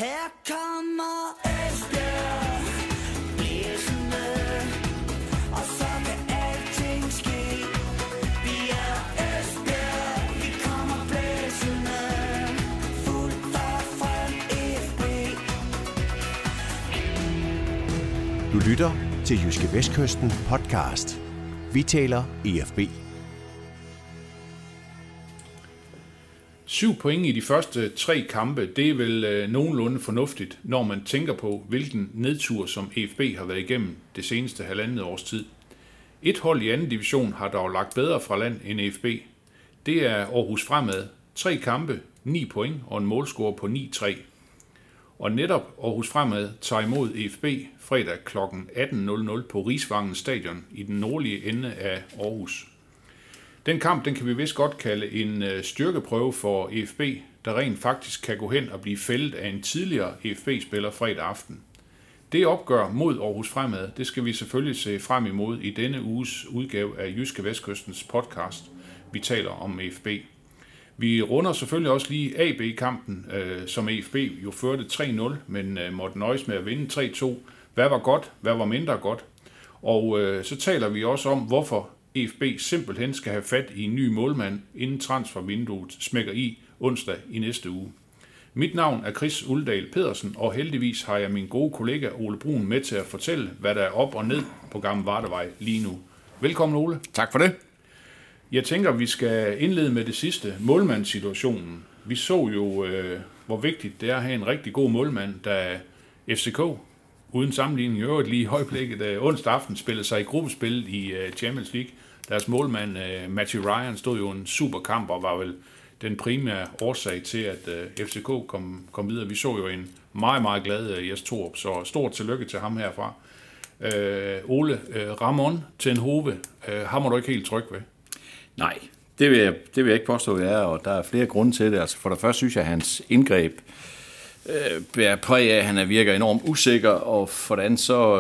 Her kommer Esbjerg blæsende, og så kan alting ske. Vi er Esbjerg, vi kommer blæsende, fuldt og frem FB. Du lytter til Jyske Vestkysten podcast. Vi taler EFB. 7 point i de første 3 kampe, det er vel nogenlunde fornuftigt, når man tænker på, hvilken nedtur, som EFB har været igennem det seneste halvandet års tid. Et hold i anden division har dog lagt bedre fra land end EFB. Det er Aarhus Fremad. 3 kampe, 9 point og en målscore på 9-3. Og netop Aarhus Fremad tager imod EFB fredag kl. 18.00 på Rigsvangen Stadion i den nordlige ende af Aarhus. Den kamp, den kan vi vist godt kalde en styrkeprøve for EFB, der rent faktisk kan gå hen og blive fældet af en tidligere EFB-spiller fredag aften. Det opgør mod Aarhus Fremad, det skal vi selvfølgelig se frem imod i denne uges udgave af Jyske Vestkystens podcast. Vi taler om EFB. Vi runder selvfølgelig også lige AB-kampen, som EFB jo førte 3-0, men måtte nøjes med at vinde 3-2. Hvad var godt, hvad var mindre godt? Og så taler vi også om, hvorfor EFB simpelthen skal have fat i en ny målmand, inden transfervinduet smækker i onsdag i næste uge. Mit navn er Chris Uldal Pedersen, og heldigvis har jeg min gode kollega Ole Brun med til at fortælle, hvad der er op og ned på Gammel Vardevej lige nu. Velkommen, Ole. Tak for det. Jeg tænker, vi skal indlede med det sidste, målmandssituationen. Vi så jo, hvor vigtigt det er at have en rigtig god målmand, da FCK, uden sammenligning i øvrigt lige i højblikket, onsdag aften spillede sig i gruppespil i Champions League. Deres målmand, Matthew Ryan, stod jo en super kamp og var vel den primære årsag til, at FCK kom videre. Vi så jo en meget, meget glad Jes Torup, så stort tillykke til ham herfra. Ole, Ramon Tenhove, ham må du ikke helt tryg ved? Nej, det vil jeg ikke påstå, at jeg er, og der er flere grunde til det. Altså for det første synes jeg, at hans indgreb bærer præg af, at han virker enormt usikker, og for det andet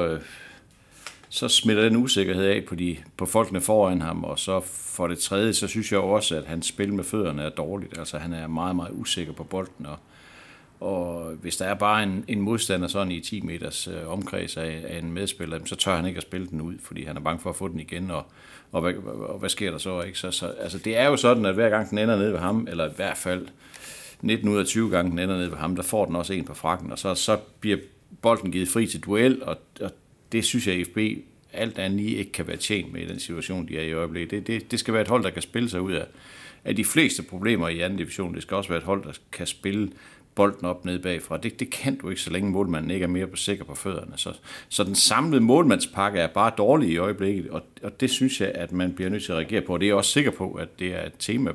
så smitter den usikkerhed af på folkene foran ham, og så for det tredje, så synes jeg også, at hans spil med fødderne er dårligt. Altså han er meget, meget usikker på bolden, og hvis der er bare en modstander sådan i 10 meters omkreds af en medspiller, så tør han ikke at spille den ud, fordi han er bange for at få den igen, og hvad sker der så? Ikke? Så altså, det er jo sådan, at hver gang den ender ned ved ham, eller i hvert fald 19 ud af 20 gange den ender ned ved ham, der får den også en på frakken, og så bliver bolden givet fri til duel, og det synes jeg, FB alt andet lige ikke kan være tjent med i den situation, de er i øjeblikket. Det skal være et hold, der kan spille sig ud af de fleste problemer i anden division. Det skal også være et hold, der kan spille bolden op ned bagfra. Det kan du ikke, så længe målmanden ikke er mere sikker på fødderne. Så den samlede målmandspakke er bare dårlig i øjeblikket, og det synes jeg, at man bliver nødt til at reagere på. Det er jeg også sikker på, at det er et tema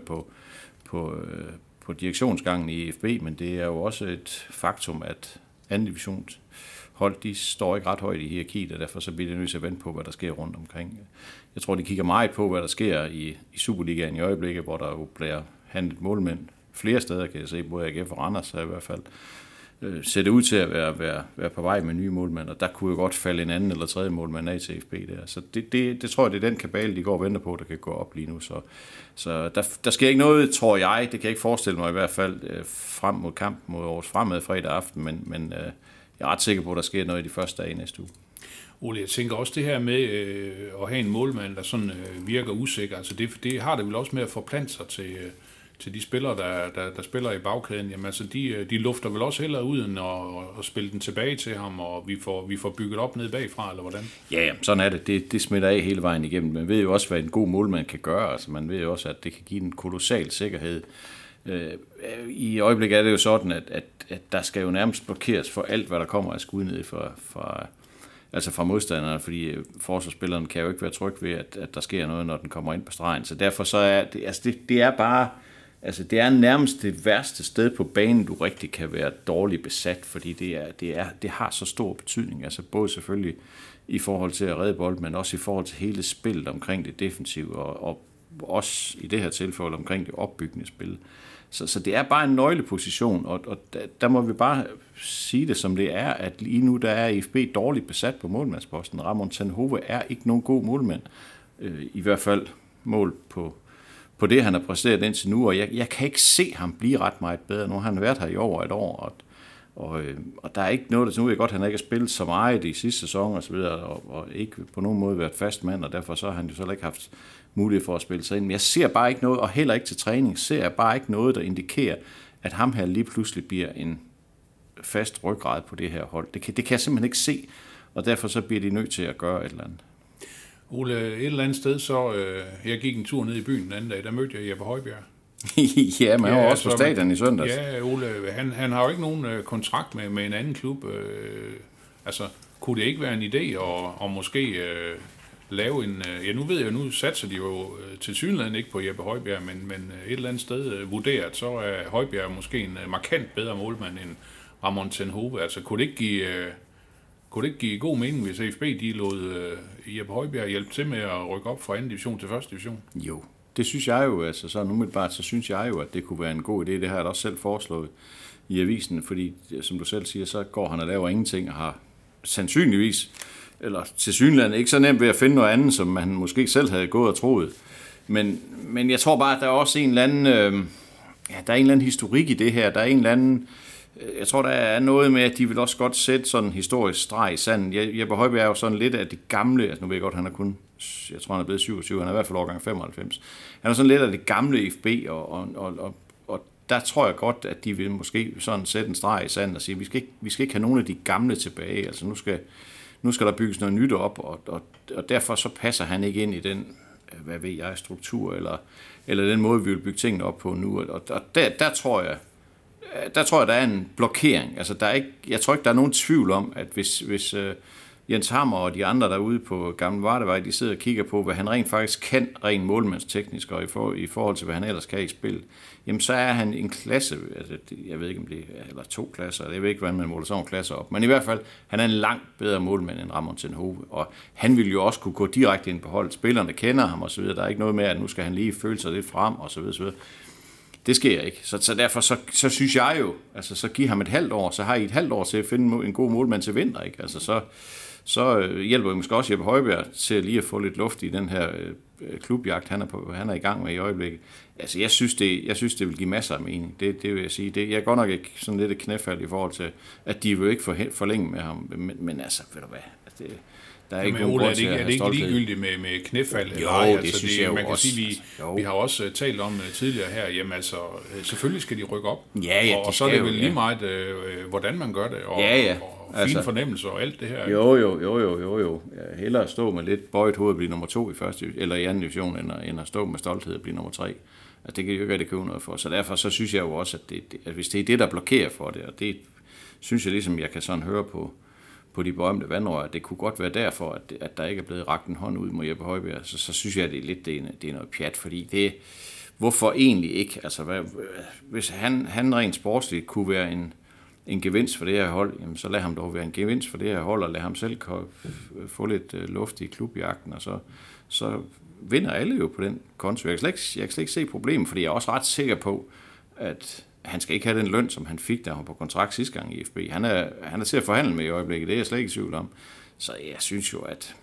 på direktionsgangen i EFB, men det er jo også et faktum, at anden divisionshold, de står ikke ret højt i hierarkiet, og derfor så bliver det nødt til at vente på, hvad der sker rundt omkring. Jeg tror, de kigger meget på, hvad der sker i Superligaen i øjeblikket, hvor der jo bliver handlet målmænd flere steder, kan jeg se, både AGF og Randers i hvert fald, ser det ud til at være på vej med nye målmænd, og der kunne jo godt falde en anden eller tredje målmand af til FB der. Så det tror jeg, det er den kabale, de går og venter på, der kan gå op lige nu. Så der sker ikke noget, tror jeg, det kan jeg ikke forestille mig i hvert fald, frem mod kampen mod Aarhus Fremad fredag aften, men jeg er ret sikker på, at der sker noget i de første dage næste uge. Ole, jeg tænker også det her med at have en målmand, der sådan virker usikker, altså det har det vel også med at forplante sig til de spillere, der spiller i bagkæden. Jamen altså, de lufter vel også hellere ud end at spille den tilbage til ham, og vi får bygget op ned bagfra, eller hvordan? Ja, sådan er det. Det smitter af hele vejen igennem. Man ved jo også, hvad en god målmand kan gøre. Altså, man ved jo også, at det kan give en kolossal sikkerhed. I øjeblikket er det jo sådan, at der skal jo nærmest blokeres for alt, hvad der kommer af skud ned fra modstanderne, fordi forsvarsspilleren kan jo ikke være tryg ved, at der sker noget, når den kommer ind på stregen. Så derfor så er det er bare, altså det er nærmest det værste sted på banen, du rigtig kan være dårligt besat, fordi det har så stor betydning. Altså både selvfølgelig i forhold til at redde bold, men også i forhold til hele spillet omkring det defensive, og også i det her tilfælde omkring det opbyggende spil. Så det er bare en nøgleposition, og der må vi bare sige det som det er, at lige nu der er EFB dårligt besat på målmandsposten. Ramon Tenhove er ikke nogen god målmand, i hvert fald mål på det, han har præsteret indtil nu, og jeg kan ikke se ham blive ret meget bedre. Nu har han været her i over et år, Og der er ikke noget, der nu er godt, han ikke har spillet så meget i sidste sæson og så videre, og ikke på nogen måde været fast mand, og derfor så har han jo så ikke haft mulighed for at spille sig ind. Men jeg ser bare ikke noget, og heller ikke til træning, ser jeg bare ikke noget, der indikerer, at ham her lige pludselig bliver en fast ryggrad på det her hold. Det kan jeg simpelthen ikke se, og derfor så bliver de nødt til at gøre et eller andet. Ole, et eller andet sted, så jeg gik en tur ned i byen den anden dag, der mødte jeg Jeppe Højbjerg. Ja, men han var også på stadion i søndags. Ja, Ole, han har jo ikke nogen kontrakt med en anden klub. Altså, kunne det ikke være en idé at måske lave en... Ja, nu ved jeg, nu satser de jo til synligheden ikke på Jeppe Højbjerg, men et eller andet sted vurderet, så er Højbjerg måske en markant bedre målmand end Ramon Tenhove. Altså, kunne det ikke give god mening, hvis AFB de lod Jeppe Højbjerg hjælpe til med at rykke op fra 2. division til 1. division? Jo, det synes jeg jo, altså sådan umiddelbart, så synes jeg jo, at det kunne være en god idé. Det har jeg da også selv foreslået i avisen, fordi som du selv siger, så går han og laver ingenting og har sandsynligvis, eller tilsyneladende ikke så nemt ved at finde noget andet, som man måske selv havde gået og troet. Men jeg tror bare, at der er også en eller anden, der er en eller anden historik i det her. Der er en eller anden, jeg tror, der er noget med, at de vil også godt sætte sådan en historisk streg i sanden. Jeppe Højbjerg er jo sådan lidt af det gamle, altså nu ved jeg godt, han er kun, jeg tror, han er blevet 27, han er i hvert fald årgang 95. Han er sådan lidt af det gamle FB, og der tror jeg godt, at de vil måske sådan sætte en streg i sanden og sige, vi skal ikke have nogen af de gamle tilbage, altså nu skal der bygges noget nyt op, og derfor så passer han ikke ind i den, hvad ved jeg, struktur, eller den måde, vi vil bygge tingene op på nu, og der tror jeg, der er en blokering. Altså, jeg tror ikke, der er nogen tvivl om, at hvis Jens Hammer og de andre derude på Gamle Vardevej, de sidder og kigger på, hvad han rent faktisk kan, rent målmandsteknisk, og i forhold til, hvad han ellers kan i spil, jamen så er han en klasse, altså, jeg ved ikke, om det er eller 2 klasser, jeg ved ikke, hvordan man måler sådan nogle klasser op, men i hvert fald, han er en langt bedre målmand end Ramon Tenhove, og han vil jo også kunne gå direkte ind på holdet. Spillerne kender ham og så videre. Der er ikke noget med, at nu skal han lige føle sig lidt frem og så videre, så videre. Det sker ikke. Så derfor så synes jeg jo, altså så giv ham et halvt år, så har I et halvt år til at finde en god målmand til vinter, ikke? Altså så hjælper vi måske også Jeppe Højbjerg til lige at få lidt luft i den her klubjagt, han er i gang med i øjeblikket. Altså jeg synes det vil give masser af mening. Det vil jeg sige. Jeg er godt nok ikke sådan lidt et knæfald i forhold til, at de vil ikke forlænge med ham, men altså, ved du hvad, altså, der er ikke nogen grund til at have stolthed. Er det ikke ligegyldigt med knæfald? Jo, altså, det synes jeg jo man kan også. Sige, vi har også talt om tidligere her, jamen altså, selvfølgelig skal de rykke op. Ja, og så er det vel lige meget, hvordan man gør det, og fine fornemmelser og alt det her. Jo. Jeg hellere stå med lidt bøjet hoved og blive nummer 2 i første eller i anden division, end at stå med stolthed og blive nummer 3. Altså, det kan jo ikke rigtig købe noget for. Så derfor så synes jeg jo også, at hvis det er det, der blokerer for det, og det synes jeg ligesom, jeg kan sådan høre på de berømte vandrør, at det kunne godt være derfor, at der ikke er blevet rakt en hånd ud mod Jeppe Højbjerg, så synes jeg, at det er noget pjat, fordi hvorfor egentlig ikke? Altså, hvis han rent sportsligt kunne være en gevinst for det her hold, jamen, så lad ham dog være en gevinst for det her hold, og lad ham selv få lidt luft i klubjagten, og så vinder alle jo på den konto. Jeg kan slet ikke se problemet, fordi jeg er også ret sikker på, at han skal ikke have den løn, som han fik, da han var på kontrakt sidste gang i FB. Han er til at forhandle med i øjeblikket, det er jeg slet ikke i tvivl om. Så jeg synes jo, at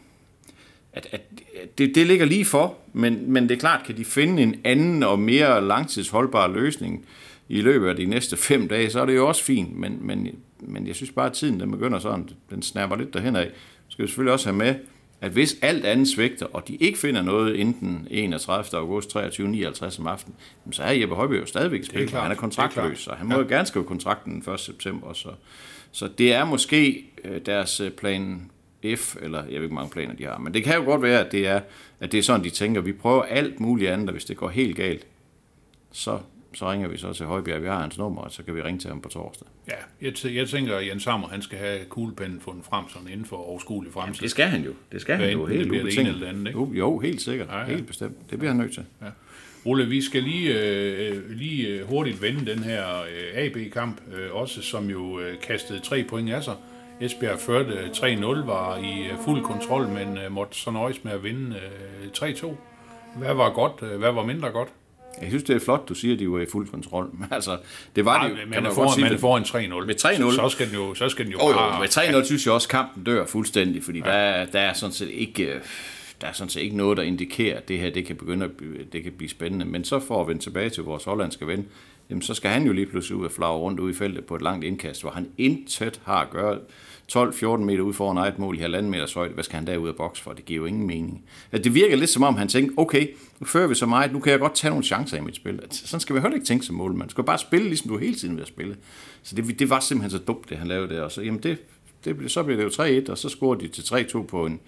det ligger lige for, men det er klart, kan de finde en anden og mere langtidsholdbar løsning i løbet af de næste 5 dage, så er det jo også fint, men jeg synes bare, at tiden den begynder sådan, den snapper lidt derhen af. Så skal vi selvfølgelig også have med, at hvis alt andet svigter, og de ikke finder noget inden 31. august 23.59 om aftenen, så er Jeppe Højbjerg jo stadigvæk spiller. Han er kontraktløs, så han må jo gerne skrive kontrakten den 1. september. Så det er måske deres plan F, eller jeg ved ikke, mange planer de har. Men det kan jo godt være, at det er sådan, de tænker, vi prøver alt muligt andet, og hvis det går helt galt, så ringer vi så til Højbjerg, vi har hans nummer, og så kan vi ringe til ham på torsdag. Ja, jeg tænker, at Jens Hammer, han skal have kuglepennen fundet frem sådan inden for overskuelig fremtid. Jamen, det skal han jo. Det skal han jo helt det bliver det ene eller andet, ikke? Jo, helt sikkert. Ja. Helt bestemt. Det bliver han nødt til. Ja. Ole, vi skal lige hurtigt vende den her AB-kamp, også som jo kastede 3 point af sig. Esbjerg førte 3-0, var i fuld kontrol, men måtte så nøjes med at vinde 3-2. Hvad var godt? Hvad var mindre godt? Jeg synes, det er flot, du siger, at de var i fuld kontrol. Altså, det var det jo. Man er foran 3-0. Med 3-0. Så skal den jo bare... Med 3-0 synes jeg også, at kampen dør fuldstændig, fordi der er sådan set ikke noget, der indikerer, at det her det kan blive spændende. Men så for at vende tilbage til vores hollandske ven, jamen så skal han jo lige pludselig ud og flage rundt ude i feltet på et langt indkast, hvor han intet har at gøre. 12-14 meter ude foran eget mål i 1,5 meters højde. Hvad skal han derud af boks for? Det giver jo ingen mening. Altså, det virker lidt som om, han tænker, okay, nu fører vi så meget, nu kan jeg godt tage nogle chancer i mit spil. Altså, sådan skal vi heller ikke tænke som målmand. Man skal bare spille, ligesom du hele tiden vil spille. Så det var simpelthen så dumt, det han lavede der. Og så, jamen så bliver det jo 3-1, og så scorer de til 3-2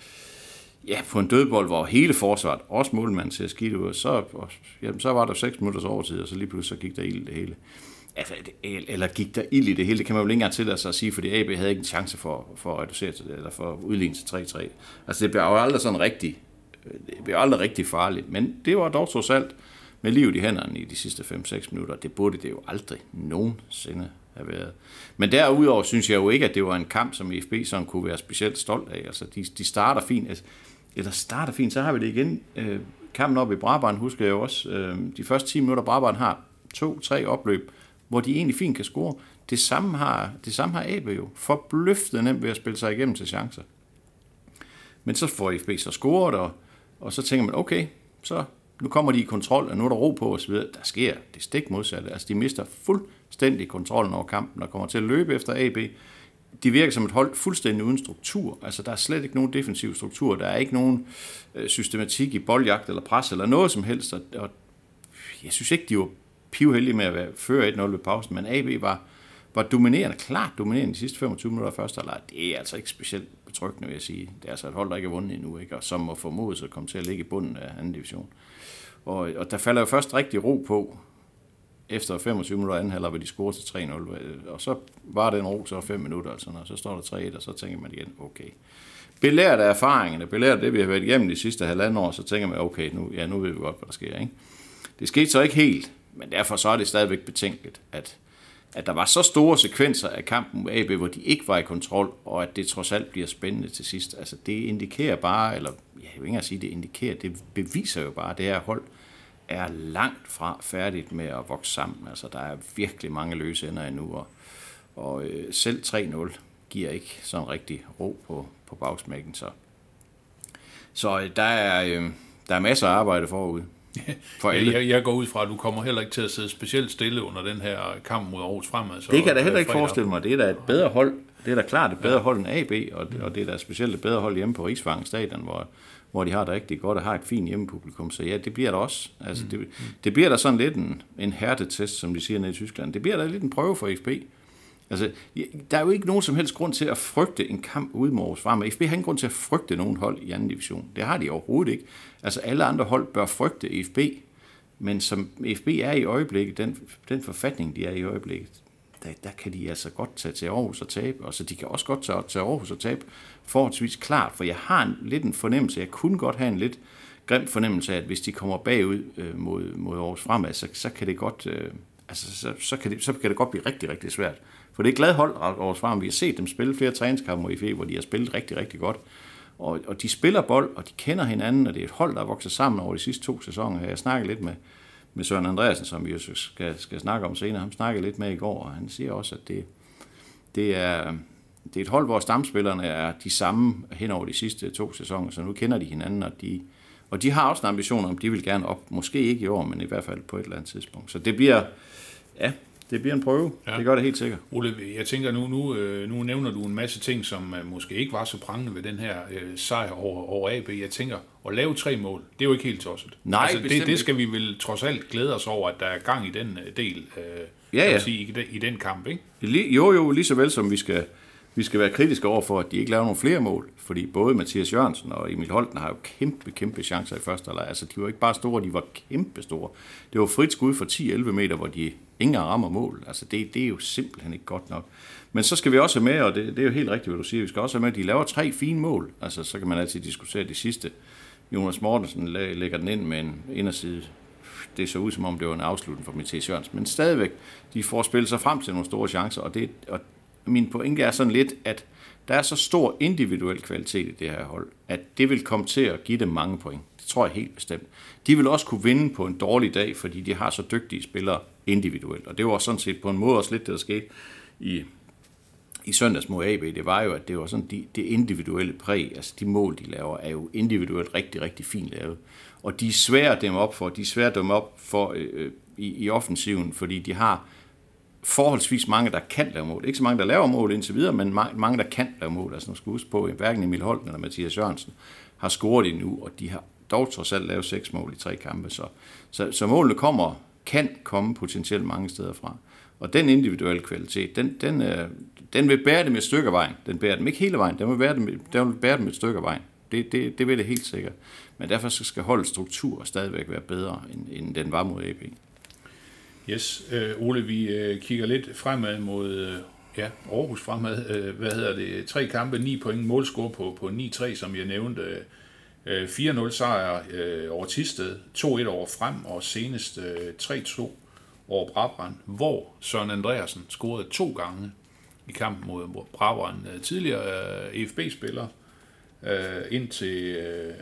på en dødbold, hvor hele forsvaret, også målmanden, ser skidt ud. Så var der 6 minutters overtid, og så lige pludselig så gik der ild i det hele. Altså, eller gik der ild i det hele, det kan man jo ikke engang tillade sig at sige, fordi AB havde ikke en chance for at reducere til det, eller for at udligne til 3-3. Altså, det bliver jo aldrig sådan rigtig farligt, men det var dog trods alt med livet i hænderne i de sidste 5-6 minutter. Det burde det jo aldrig nogensinde have været. Men derudover synes jeg jo ikke, at det var en kamp, som FB sådan kunne være specielt stolt af. Altså, de starter fint, så har vi det igen. Kampen op i Brabrand, husker jeg jo også, de første 10 minutter, Brabrand har 2-3 opløb, hvor de egentlig fint kan score. Det samme har AB jo. Forbløffende nemt ved at spille sig igennem til chancer. Men så får FB så scoret, og så tænker man, okay, så nu kommer de i kontrol, og nu er der ro på osv. Der sker det stik modsatte. Altså, de mister fuldstændig kontrollen over kampen, og kommer til at løbe efter AB. De virker som et hold fuldstændig uden struktur. Altså, der er slet ikke nogen defensiv struktur. Der er ikke nogen systematik i boldjagt eller pres eller noget som helst. Og jeg synes ikke, de var pivheldige med at være før 1-0 ved pausen, men AB var dominerende, klart dominerende de sidste 25 minutter af første halvleg. Det er altså ikke specielt betryggende, vil jeg sige. Det er altså et hold, der ikke er vundet endnu, ikke? Og som må formodes at komme til at ligge i bunden af anden division. Og der falder jo først rigtig ro på, efter 25 minutter anden halvleg, hvor de scorer til 3-0. Og så var den ro så 5 minutter, altså, og så står der 3-1, og så tænker man igen, okay. Belært af erfaringerne, belært af det, vi har været igennem de sidste halvanden år, så tænker man, okay, nu ved vi godt, hvad der sker, ikke? Det skete så ikke helt, men derfor så er det stadigvæk betænkeligt, at der var så store sekvenser af kampen med AB, hvor de ikke var i kontrol, og at det trods alt bliver spændende til sidst. Altså, det indikerer bare, eller jeg vil ikke engang sige, det indikerer, det beviser jo bare, at det her hold er langt fra færdigt med at vokse sammen. Altså, der er virkelig mange løse ender endnu, og selv 3-0 giver ikke sådan rigtig ro på bagsmækken. Så der er masser af arbejde forude. For alle. Jeg går ud fra, at du kommer heller ikke til at sidde specielt stille under den her kamp mod Aarhus Fremad. Det kan jeg da heller ikke forestille mig. Det er da et bedre hold. Det er da klart et bedre hold end AB, og det er da specielt et bedre hold hjemme på Rigsvangen Stadion, hvor de har det rigtig godt og har et fint hjemmepublikum. Så ja, det bliver der også. Altså, det bliver der sådan lidt en hærtetest, som de siger nede i Tyskland. Det bliver der lidt en prøve for FB. Altså, der er jo ikke nogen som helst grund til at frygte en kamp ude mod Aarhus Fremad. FB har ingen grund til at frygte nogen hold i anden division. Det har de overhovedet ikke. Altså, alle andre hold bør frygte FB, men som FB er i øjeblikket, den forfatning, de er i øjeblikket, der kan de altså godt tage til Aarhus og tabe. Altså, de kan også godt tage til Aarhus og tabe forholdsvis klart, for jeg har lidt en fornemmelse, jeg kunne godt have en lidt grim fornemmelse af, at hvis de kommer bagud mod Aarhus Fremad, så kan det godt... så kan det godt blive rigtig, rigtig svært. For det er et glad hold, Aarhus Fremad. Vi har set dem spille flere træningskampe i FB, hvor de har spillet rigtig, rigtig godt. Og de spiller bold, og de kender hinanden, og det er et hold, der vokser sammen over de sidste 2 sæsoner. Jeg snakkede lidt med Søren Andreasen, som vi jo skal snakke om senere. Han snakkede lidt med i går, og han siger også, at det er et hold, hvor stamspillerne er de samme hen over de sidste 2 sæsoner, så nu kender de hinanden, og de har også en ambition om, de vil gerne op. Måske ikke i år, men i hvert fald på et eller andet tidspunkt. Så det bliver en prøve. Ja. Det gør det helt sikkert. Ole, jeg tænker, nu nævner du en masse ting, som måske ikke var så prangende ved den her sejr over AB. Jeg tænker, at lave 3 mål, det er jo ikke helt tosset. Nej, altså, det skal vi vel trods alt glæde os over, at der er gang i den del, sige, i den kamp, ikke? Jo, lige så vel som vi skal være kritiske over for, at de ikke laver nogle flere mål, fordi både Mathias Jørgensen og Emil Holten har jo kæmpe chancer i første halvleg. Altså, de var ikke bare store, de var kæmpe store. Det var frit skud for 10-11 meter, hvor de ingen rammer mål. Altså, det er jo simpelthen ikke godt nok. Men så skal vi også have med, og det er jo helt rigtigt, hvad du siger, vi skal også have med, at de laver 3 fine mål. Altså, så kan man altid diskutere de sidste. Jonas Mortensen lægger den ind med en inderside. Det så ud, som om det var en afslutning for Mathias Jørgensen. Men stadigvæk, de får spillet sig frem til nogle store chancer, og min pointe er sådan lidt, at der er så stor individuel kvalitet i det her hold, at det vil komme til at give dem mange point. Det tror jeg helt bestemt. De vil også kunne vinde på en dårlig dag, fordi de har så dygtige spillere individuelt. Og det var sådan set på en måde også lidt det, der skete i søndags mod AB. Det var jo, at det var sådan det individuelle præg. Altså de mål, de laver, er jo individuelt rigtig, rigtig fint lavet. Og de er svære at dæmme op for. i offensiven, fordi de har forholdsvis mange, der kan lave mål. Ikke så mange, der laver mål indtil videre, men mange, der kan lave mål. Altså, nu skal huske på, at hverken Emil Holten eller Mathias Jørgensen har scoret endnu, og de har dog trods alt lavet 6 mål i 3 kampe. Så målene kan komme potentielt mange steder fra. Og den individuelle kvalitet, den vil bære dem et stykke af vejen. Den bærer dem ikke hele vejen, den vil bære dem et stykke af vejen. Det vil det helt sikkert. Men derfor skal holdets struktur stadigvæk være bedre, end den var mod AB. Yes, Ole, vi kigger lidt fremad mod Aarhus fremad. 3 kampe, 9 point, målscore på 9-3, som jeg nævnte. 4-0 sejr over Thisted, 2-1 over Frem, og senest 3-2 over Brabrand, hvor Søren Andreasen scorede 2 gange i kampen mod Brabrand. Tidligere EFB-spiller indtil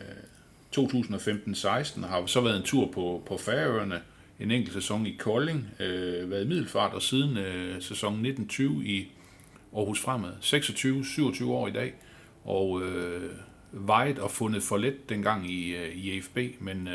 2015-16, har så været en tur på Færøerne, en enkelt sæson i Kolding, været i Middelfart, og siden sæson 19-20 i Aarhus Fremad. 26-27 år i dag, og vejet og fundet for let dengang i EFB, men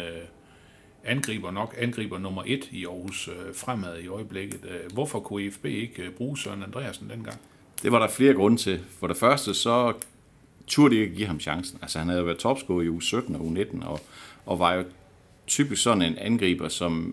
angriber nummer 1 i Aarhus Fremad i øjeblikket. Hvorfor kunne EFB ikke bruge Søren Andreasen dengang? Det var der flere grunde til. For det første, så turde de ikke give ham chancen. Altså, han havde jo været topscorer i uge 17 og uge 19, og var jo typisk sådan en angriber,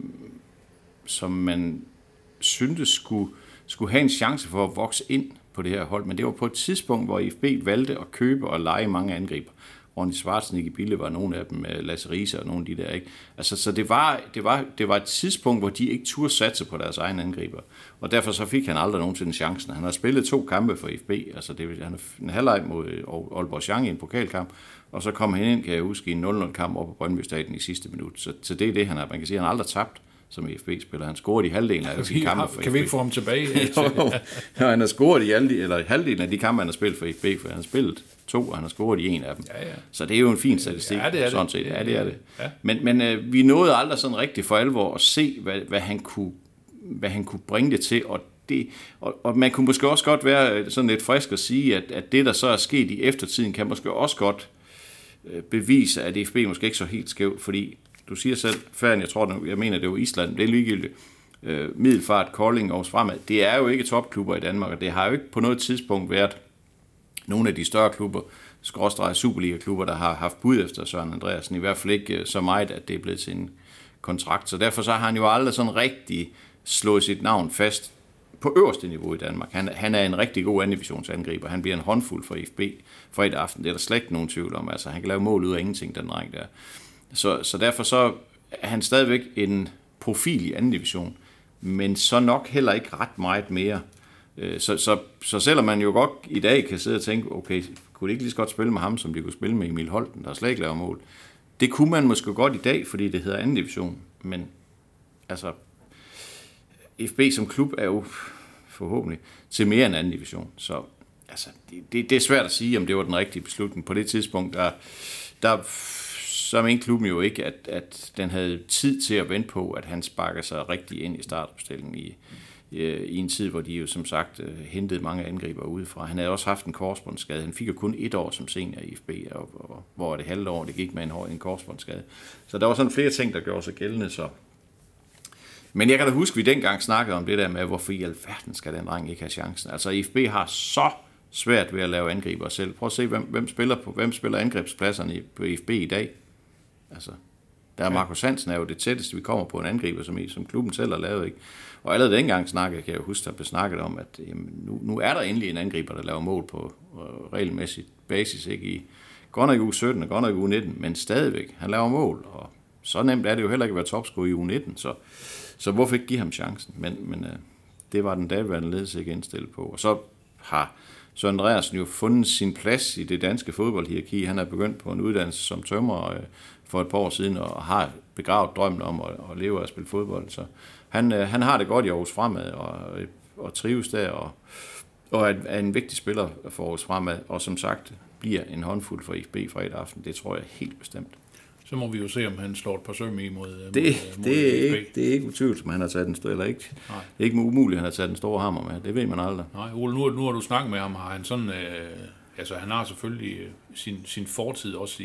som man syntes skulle have en chance for at vokse ind på det her hold. Men det var på et tidspunkt, hvor IFB valgte at købe og lege mange angriber. Ronny Schwarzenegger i Bille var nogle af dem, Lasse Riese og nogle af de der, ikke? Altså, så det var et tidspunkt, hvor de ikke turde satse på deres egen angriber. Og derfor så fik han aldrig nogensinde chancen. Han har spillet 2 kampe for IFB, altså han har en halvleg mod Aalborg Chang i en pokalkamp, og så kom han ind, kan jeg huske, i en 0-0-kamp op på Brøndby Stadion i sidste minut. Så det er det, han har. Man kan sige, at han aldrig tabt som EFB-spiller. Han scorede i halvdelen af sine kampe for EFB. Kan vi ikke få ham tilbage? Jo, han har scoret i halvdelen af de kampe, han har spillet for EFB, for han har spillet 2, og han har scoret i 1 af dem. Ja. Så det er jo en fin statistik. Ja, det er sådan set. Ja, det er det. Ja. Men vi nåede aldrig sådan rigtig for alvor at se, hvad han kunne bringe det til, og man kunne måske også godt være sådan lidt frisk at sige, at det, der så er sket i eftertiden, kan måske også godt bevise, at EFB måske ikke så helt skævt, fordi du siger selv, færdig, jeg mener, det var Island, det er ligegyldigt. Middelfart, Kolding og Fremad, det er jo ikke topklubber i Danmark, og det har jo ikke på noget tidspunkt været nogle af de større klubber, skråstreg Superliga-klubber, der har haft bud efter Søren Andreasen, i hvert fald ikke så meget, at det er blevet til en kontrakt. Så derfor så har han jo aldrig sådan rigtig slået sit navn fast på øverste niveau i Danmark. Han er en rigtig god andendivisionsangriber. Han bliver en håndfuld for IFB fredag aften. Det er der slet ikke nogen tvivl om. Altså, han kan lave mål ud af ingenting, den dreng der. Så derfor så er han stadigvæk en profil i anden division, men så nok heller ikke ret meget mere. Så selvom man jo godt i dag kan sidde og tænke, okay, kunne de ikke lige så godt spille med ham, som de kunne spille med Emil Holten, der slet ikke laver mål. Det kunne man måske godt i dag, fordi det hedder anden division, men altså FB som klub er jo forhåbentlig til mere end anden division, så altså, det er svært at sige, om det var den rigtige beslutning. På det tidspunkt, der så mente klubben jo ikke, at den havde tid til at vente på, at han sparker sig rigtig ind i startopstillingen i en tid, hvor de jo som sagt hentede mange angriber udefra. Han havde også haft en korsbåndsskade. Han fik jo kun 1 år som senior i FB, og hvor det halve år, det gik med en korsbåndsskade. Så der var sådan flere ting, der gjorde sig gældende. Så. Men jeg kan da huske, at vi dengang snakkede om det der med, hvorfor i alverden skal den dreng ikke have chancen. Altså FB har så svært ved at lave angriber selv. Prøv at se, hvem spiller angrebspladserne på FB i dag. Altså, der er Markus Hansen er jo det tætteste, vi kommer på en angriber, som klubben selv har lavet, ikke? Og allerede dengang kan jeg jo huske, at der blev snakket om, at nu er der endelig en angriber, der laver mål på regelmæssigt basis, ikke? Godt nok i uge 17 og godt nok i uge 19, men stadigvæk, han laver mål, og så nemt er det jo heller ikke at være topscorer i uge 19, så hvorfor ikke give ham chancen? Men det var den daværende ledelse ikke indstillet på, og så har Søren Andreasen jo fundet sin plads i det danske fodboldhierarki. Han er begyndt på en uddannelse som tømrer for et par år siden, og har begravet drømmen om at leve og at spille fodbold. Så han har det godt i Aarhus Fremad, og trives der, og er en vigtig spiller for Aarhus Fremad, og som sagt bliver en håndfuld for IFB fredag aften. Det tror jeg helt bestemt. Så må vi jo se, om han slår et par søm imod det er ikke utvivlsomt, om han har taget den store, eller ikke. Nej. Det er ikke umuligt, at han har taget den store hammer med. Det ved man aldrig. Nej, Ole, nu har du snakket med ham. Har han sådan, altså han har selvfølgelig sin fortid også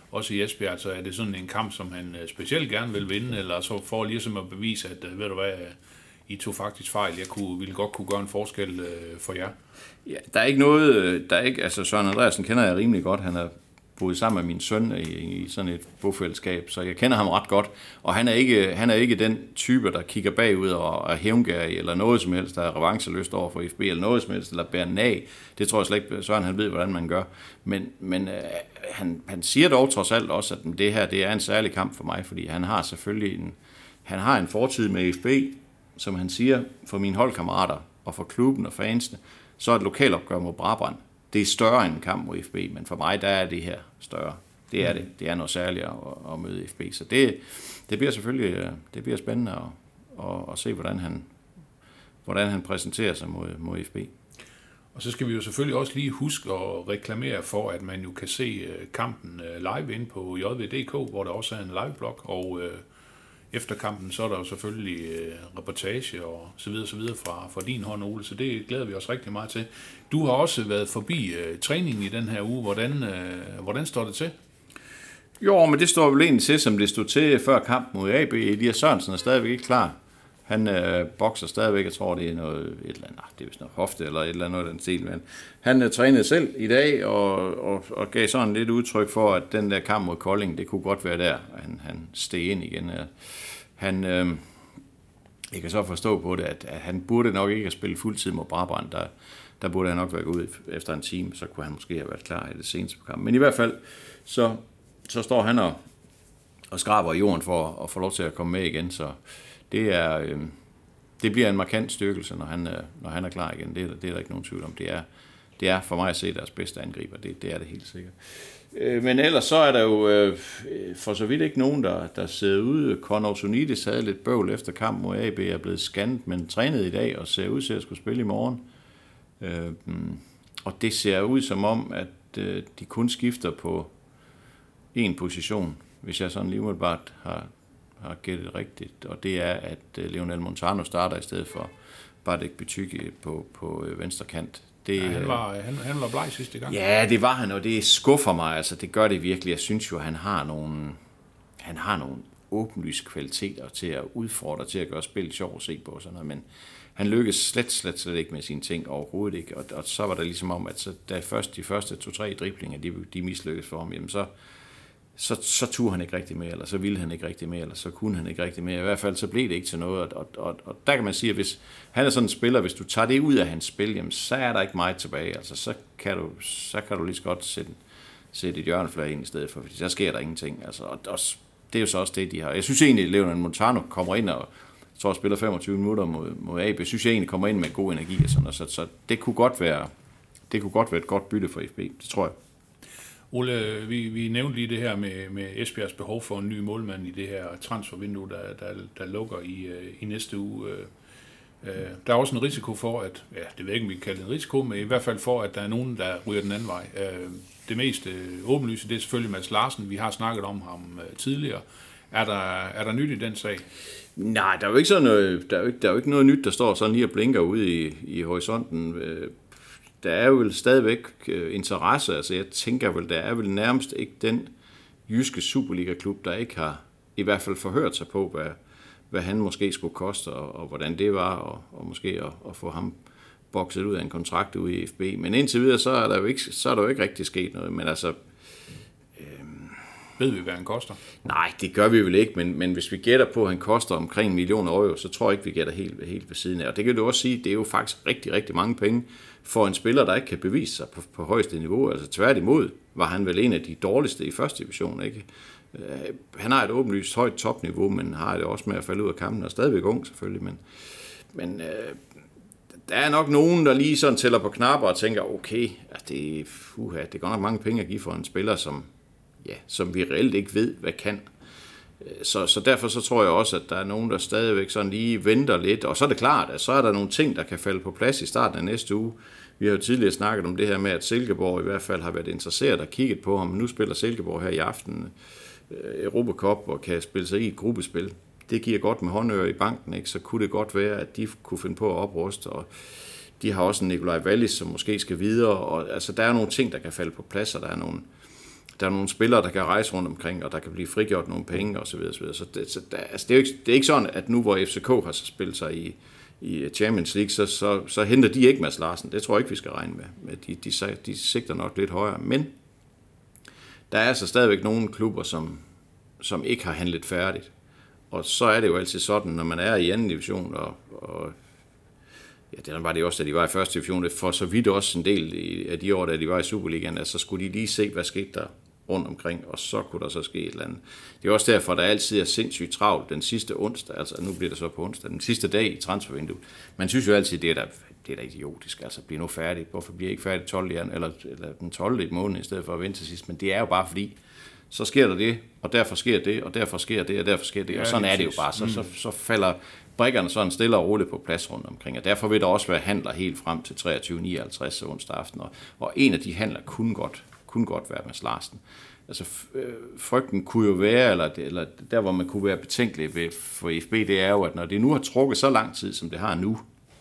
også i Esbjerg, så er det sådan en kamp, som han specielt gerne vil vinde, eller så for ligesom at bevise, at ved du hvad, I tog faktisk fejl, ville godt kunne gøre en forskel for jer. Ja, der er ikke noget, altså Søren Andreasen kender jeg rimelig godt, han har boet sammen med min søn i sådan et bofællesskab, så jeg kender ham ret godt, og han er ikke den type, der kigger bagud og er hævngærig, eller noget som helst, der er revanceløst over for FB, eller noget som helst, eller bærer nag. Det tror jeg slet ikke, Søren han ved, hvordan man gør. Men han siger dog trods alt også, at det her det er en særlig kamp for mig, fordi han har selvfølgelig en fortid med FB, som han siger, for mine holdkammerater og for klubben og fansene, så er et lokalopgør mod Brabrand. Det er større end en kamp mod FB, men for mig, der er det her større. Det er det. Det er noget særligt at møde FB. Så det bliver selvfølgelig det bliver spændende at se, hvordan han præsenterer sig mod FB. Og så skal vi jo selvfølgelig også lige huske at reklamere for, at man jo kan se kampen live inde på JV.dk, hvor der også er en liveblog, og efter kampen, så er der jo selvfølgelig reportage og så videre fra din hånd, Ole, så det glæder vi os rigtig meget til. Du har også været forbi træningen i den her uge. Hvordan står det til? Jo, men det står vel egentlig til, som det stod til før kampen mod AB. Elias Sørensen er stadigvæk ikke klar. Han bokser stadigvæk, jeg tror det er noget, det er vist noget hofte eller et eller andet den stil, men han trænede selv i dag og gav sådan lidt udtryk for, at den der kamp mod Kolding, det kunne godt være der, han steg ind igen. Jeg kan så forstå på det, at han burde nok ikke have spillet fuldtid mod Brabrand, der burde han nok være ude efter en time, så kunne han måske have været klar i det seneste kamp. Men i hvert fald, så står han og skraber i jorden for at få lov til at komme med igen, så det bliver en markant styrkelse, når han er klar igen. Det er der ikke nogen tvivl om. Det er for mig at se deres bedste angriber. Det er det helt sikkert. Men ellers så er der jo for så vidt ikke nogen, der sidder ude. Conor Sonidis havde lidt bøvl efter kamp mod AB, er blevet scannet, men trænet i dag og ser ud til at skulle spille i morgen. Og det ser ud som om, at de kun skifter på en position, hvis jeg sådan lige umiddelbart har gættet rigtigt, og det er, at Leonel Montano starter i stedet for Bartek Bytygi på venstre kant. Han var bleg sidste gang. Ja, det var han, og det skuffer mig. Altså, det gør det virkelig. Jeg synes jo, han har nogle åbenlyse kvaliteter til at udfordre, til at gøre spillet sjovt at se på. Sådan noget. Men han lykkedes slet ikke med sine ting overhovedet ikke. Og så var der ligesom om, at da først de første 2-3 driblinger, de mislykkedes for ham, jamen så turde han ikke rigtig mere, eller så ville han ikke rigtig mere, eller så kunne han ikke rigtig mere. I hvert fald så blev det ikke til noget, og der kan man sige, at hvis han er sådan en spiller, hvis du tager det ud af hans spil, jamen, så er der ikke meget tilbage. Altså, så kan du lige så godt sætte et hjørneflag ind i stedet for, fordi så sker der ingenting. Altså, og det er jo så også det, de har. Jeg synes egentlig, at Leonel Montano kommer ind og tror, spiller 25 minutter mod AB. Jeg synes, jeg egentlig kommer ind med god energi og sådan, så det kunne godt være et godt bytte for FB, det tror jeg. Ole, vi nævnte lige det her med Esbjergs behov for en ny målmand i det her transfervindue, der lukker i næste uge. Der er også en risiko for, at, det ved jeg ikke, om vi kan kalde det en risiko, men i hvert fald for, at der er nogen, der ryger den anden vej. Det mest åbenlyse, det er selvfølgelig Mads Larsen. Vi har snakket om ham tidligere. Er der nyt i den sag? Nej, der er jo ikke sådan noget, der er jo ikke noget nyt, der står sådan lige og blinker ude i horisonten. Der er jo stadigvæk interesse, altså jeg tænker vel, der er vel nærmest ikke den jyske Superliga-klub, der ikke har i hvert fald forhørt sig på, hvad han måske skulle koste, og hvordan det var, og måske at få ham bokset ud af en kontrakt ude i FB. Men indtil videre, så er der jo ikke rigtig sket noget, men altså... Ved vi, hvad han koster? Nej, det gør vi vel ikke, men hvis vi gætter på, at han koster omkring 1 million euro, så tror jeg ikke, vi gætter helt ved siden af. Og det kan du også sige, det er jo faktisk rigtig, rigtig mange penge for en spiller, der ikke kan bevise sig på højeste niveau. Altså tværtimod var han vel en af de dårligste i første division, ikke? Han har et åbenlyst højt topniveau, men har det også med at falde ud af kampen, og er stadigvæk ung selvfølgelig, men der er nok nogen, der lige sådan tæller på knapper og tænker, okay, det er godt nok mange penge at give for en spiller, som vi reelt ikke ved, hvad kan. Så derfor så tror jeg også, at der er nogen, der stadigvæk sådan lige venter lidt, og så er det klart, at så er der nogle ting, der kan falde på plads i starten af næste uge. Vi har jo tidligere snakket om det her med, at Silkeborg i hvert fald har været interesseret og kigget på ham, men nu spiller Silkeborg her i aften Europa Cup og kan spille sig i et gruppespil. Det giver godt med håndører i banken, ikke? Så kunne det godt være, at de kunne finde på at opruste, og de har også en Nikolaj Wallis, som måske skal videre, og altså der er nogle ting, der kan falde på plads, og der er der er nogle spillere, der kan rejse rundt omkring, og der kan blive frigjort nogle penge osv. Så det er ikke sådan, at nu hvor FCK har så spillet sig i Champions League, så henter de ikke Mads Larsen. Det tror jeg ikke, vi skal regne med. De sigter nok lidt højere. Men der er altså stadigvæk nogle klubber, som ikke har handlet færdigt. Og så er det jo altid sådan, når man er i anden division, og ja, det var det også, da de var i første division, for så vidt også en del af de år, da de var i Superligaen, altså, så skulle de lige se, hvad skete der rundt omkring, og så kunne der så ske et eller andet. Det er også derfor, der altid er sindssygt travlt den sidste onsdag, altså nu bliver det så på onsdag, den sidste dag i transfervinduet. Man synes jo altid, det er da idiotisk, altså blive nu færdig. Hvorfor bliver ikke færdig 12. eller den 12. i måneden, i stedet for at vente til sidst? Men det er jo bare fordi, så sker der det, og derfor sker det, og derfor sker det, og derfor sker det, og sådan er det jo bare. Så falder brikkerne sådan stille og roligt på plads rundt omkring, og derfor vil der også være handler helt frem til 23.59 onsdag aften, og en af de handler kunne godt være Mads Larsen. Altså frygten kunne jo være, eller der hvor man kunne være betænkelig ved for FB, det er jo, at når det nu har trukket så lang tid, som det har nu,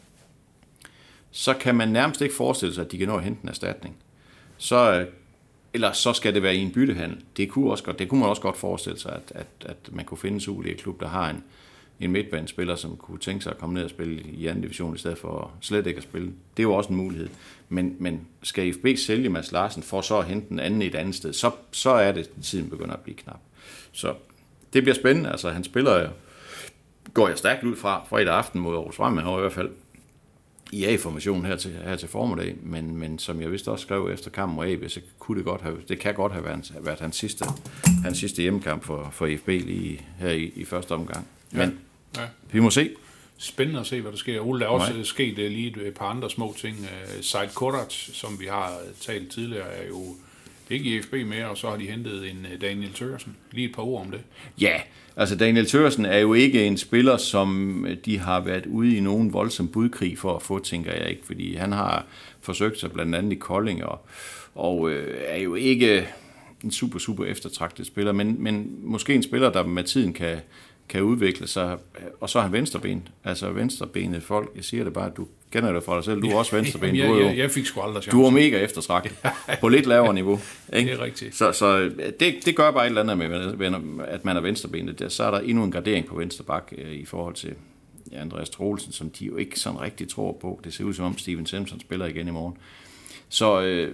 så kan man nærmest ikke forestille sig, at de kan nå at hente en erstatning. Eller så skal det være i en byttehandel. Det kunne man også godt forestille sig, at man kunne finde en Superliga-klub, der har en midtbanespiller, som kunne tænke sig at komme ned og spille i anden division, i stedet for slet ikke at spille. Det er jo også en mulighed. Men skal FB sælge Mads Larsen for så at hente den anden et andet sted, så er det, tiden begynder at blive knap. Så det bliver spændende. Altså han spiller, går jeg stærkt ud fra fredag aften mod Aarhus Fremad, i hvert fald i A-formationen her til formiddag, men som jeg vist også skrev efter kampen mod AB, så kunne det kan godt have været hans sidste hjemmekamp for FB lige her i første omgang. Men vi må se. Spændende at se, hvad der sker. Ole, der er også sket lige et par andre små ting. Said Korac, som vi har talt tidligere, er jo ikke i FB mere, og så har de hentet en Daniel Thøgersen. Lige et par ord om det. Ja, altså Daniel Thøgersen er jo ikke en spiller, som de har været ude i nogen voldsom budkrig for at få, tænker jeg ikke, fordi han har forsøgt sig blandt andet i Kolding, og er jo ikke en super eftertragtet spiller, men måske en spiller, der med tiden kan udvikle sig, og så er han venstreben. Altså venstrebenet folk, jeg siger det bare, du kender det fra dig selv, du er også venstreben. Jeg fik sgu aldrig chancen. Du er mega eftertragtet, på lidt lavere niveau. Ikke? Det er rigtigt. Så det gør bare et eller andet med, at man er venstrebenet. Så er der endnu en gradering på venstre bak i forhold til Andreas Troelsen, som de jo ikke sådan rigtig tror på. Det ser ud som om Steven Simpson spiller igen i morgen. Så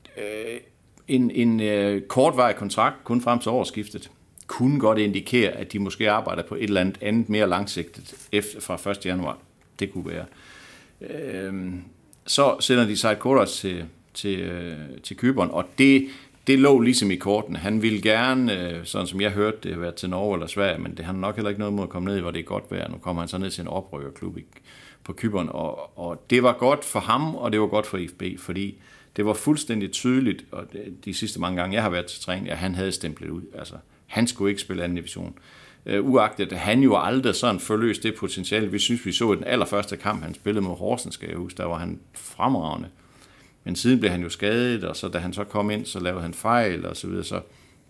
en kortvarig kontrakt, kun frem til årsskiftet, kunne godt indikere, at de måske arbejder på et eller andet mere langsigtet fra 1. januar. Det kunne være. Så sender de Said Korac til Cypern, og det lå ligesom i kortene. Han ville gerne, sådan som jeg hørte det, være til Norge eller Sverige, men det har nok heller ikke noget mod at komme ned, hvor det er godt vejr. Nu kommer han så ned til en oprykkerklub på Cypern, og det var godt for ham, og det var godt for FB, fordi det var fuldstændig tydeligt, og de sidste mange gange, jeg har været til træning, at han havde stemplet ud. Altså, han skulle ikke spille anden division. Uagtet, han jo aldrig sådan forløst det potentiale. Vi synes, vi så i den allerførste kamp, han spillede mod Horsens, skal jeg huske, der var han fremragende. Men siden blev han jo skadet, og så da han så kom ind, så lavede han fejl, og så videre. Så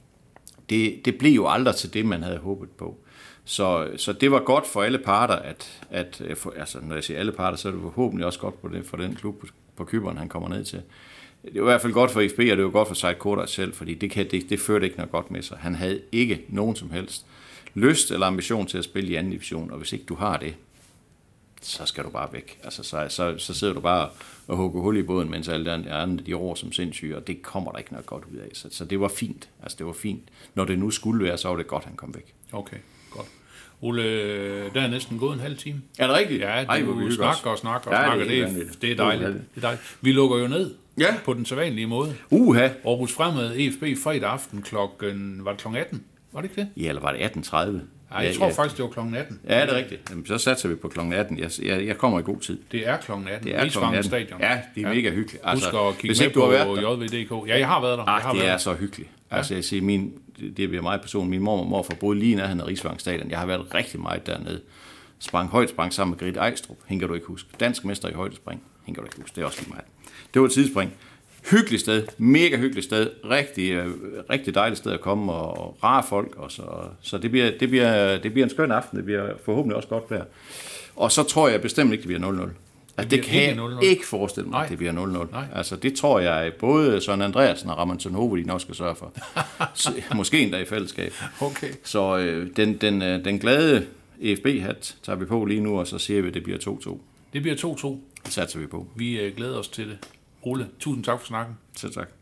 det blev jo aldrig til det, man havde håbet på. Så det var godt for alle parter, altså når jeg siger alle parter, så er det forhåbentlig også godt for den klub på Cypern, han kommer ned til. Det var i hvert fald godt for FB, og det var godt for Said Korac selv, fordi det førte ikke noget godt med sig. Han havde ikke nogen som helst lyst eller ambition til at spille i anden division, og hvis ikke du har det, så skal du bare væk. Altså, så sidder du bare og hugger hul i båden, mens alle andre de råber som sindssyge, og det kommer der ikke noget godt ud af. Så det var fint. Altså, det var fint. Når det nu skulle være, så var det godt, han kom væk. Okay, godt. Ole, der er næsten gået en halv time. Er det rigtigt? Ja, du snakker og snakker. Det er dejligt. Vi lukker jo ned på den sædvanlige måde. Aarhus Fremad, EFB, fredag aften klokken 18. Var det ikke det? Ja, eller var det 18.30? Nej, jeg tror faktisk, det var klokken 18. Ja, det er rigtigt. Jamen, så satser vi på klokken 18. Jeg kommer i god tid. Det er klokken 18. Det er klokken 18. Stadion. Ja, det er mega hyggeligt. Altså, husk at kigge med på JV.dk. Ja, jeg har været der. Det er så hyggeligt. Ja. Altså, jeg siger, det bliver meget personligt. Min morfar boede lige nærheden af Rigsvang Stadion. Jeg har været rigtig meget dernede. Højdespring sammen med Grit Ejstrup. Hende kan du ikke huske. Dansk mester i højdespring. Hende kan du ikke huske. Det er også lige meget. Det var et tidsspring. Hyggeligt sted, mega hyggeligt sted, rigtig dejligt sted at komme, og rare folk, og så det bliver en skøn aften, det bliver forhåbentlig også godt vejr. Og så tror jeg bestemt ikke, det bliver 0-0. Det kan jeg ikke forestille mig, at det bliver 0-0. Altså, det tror jeg, både Søren Andreasen og Ramon Tonovo, de nok skal sørge for. Måske endda i fællesskab. Okay. Så den glade EFB-hat tager vi på lige nu, og så siger vi, at det bliver 2-2. Det bliver 2-2. Det satser vi på. Vi glæder os til det. Ole, tusind tak for snakken. Selv tak.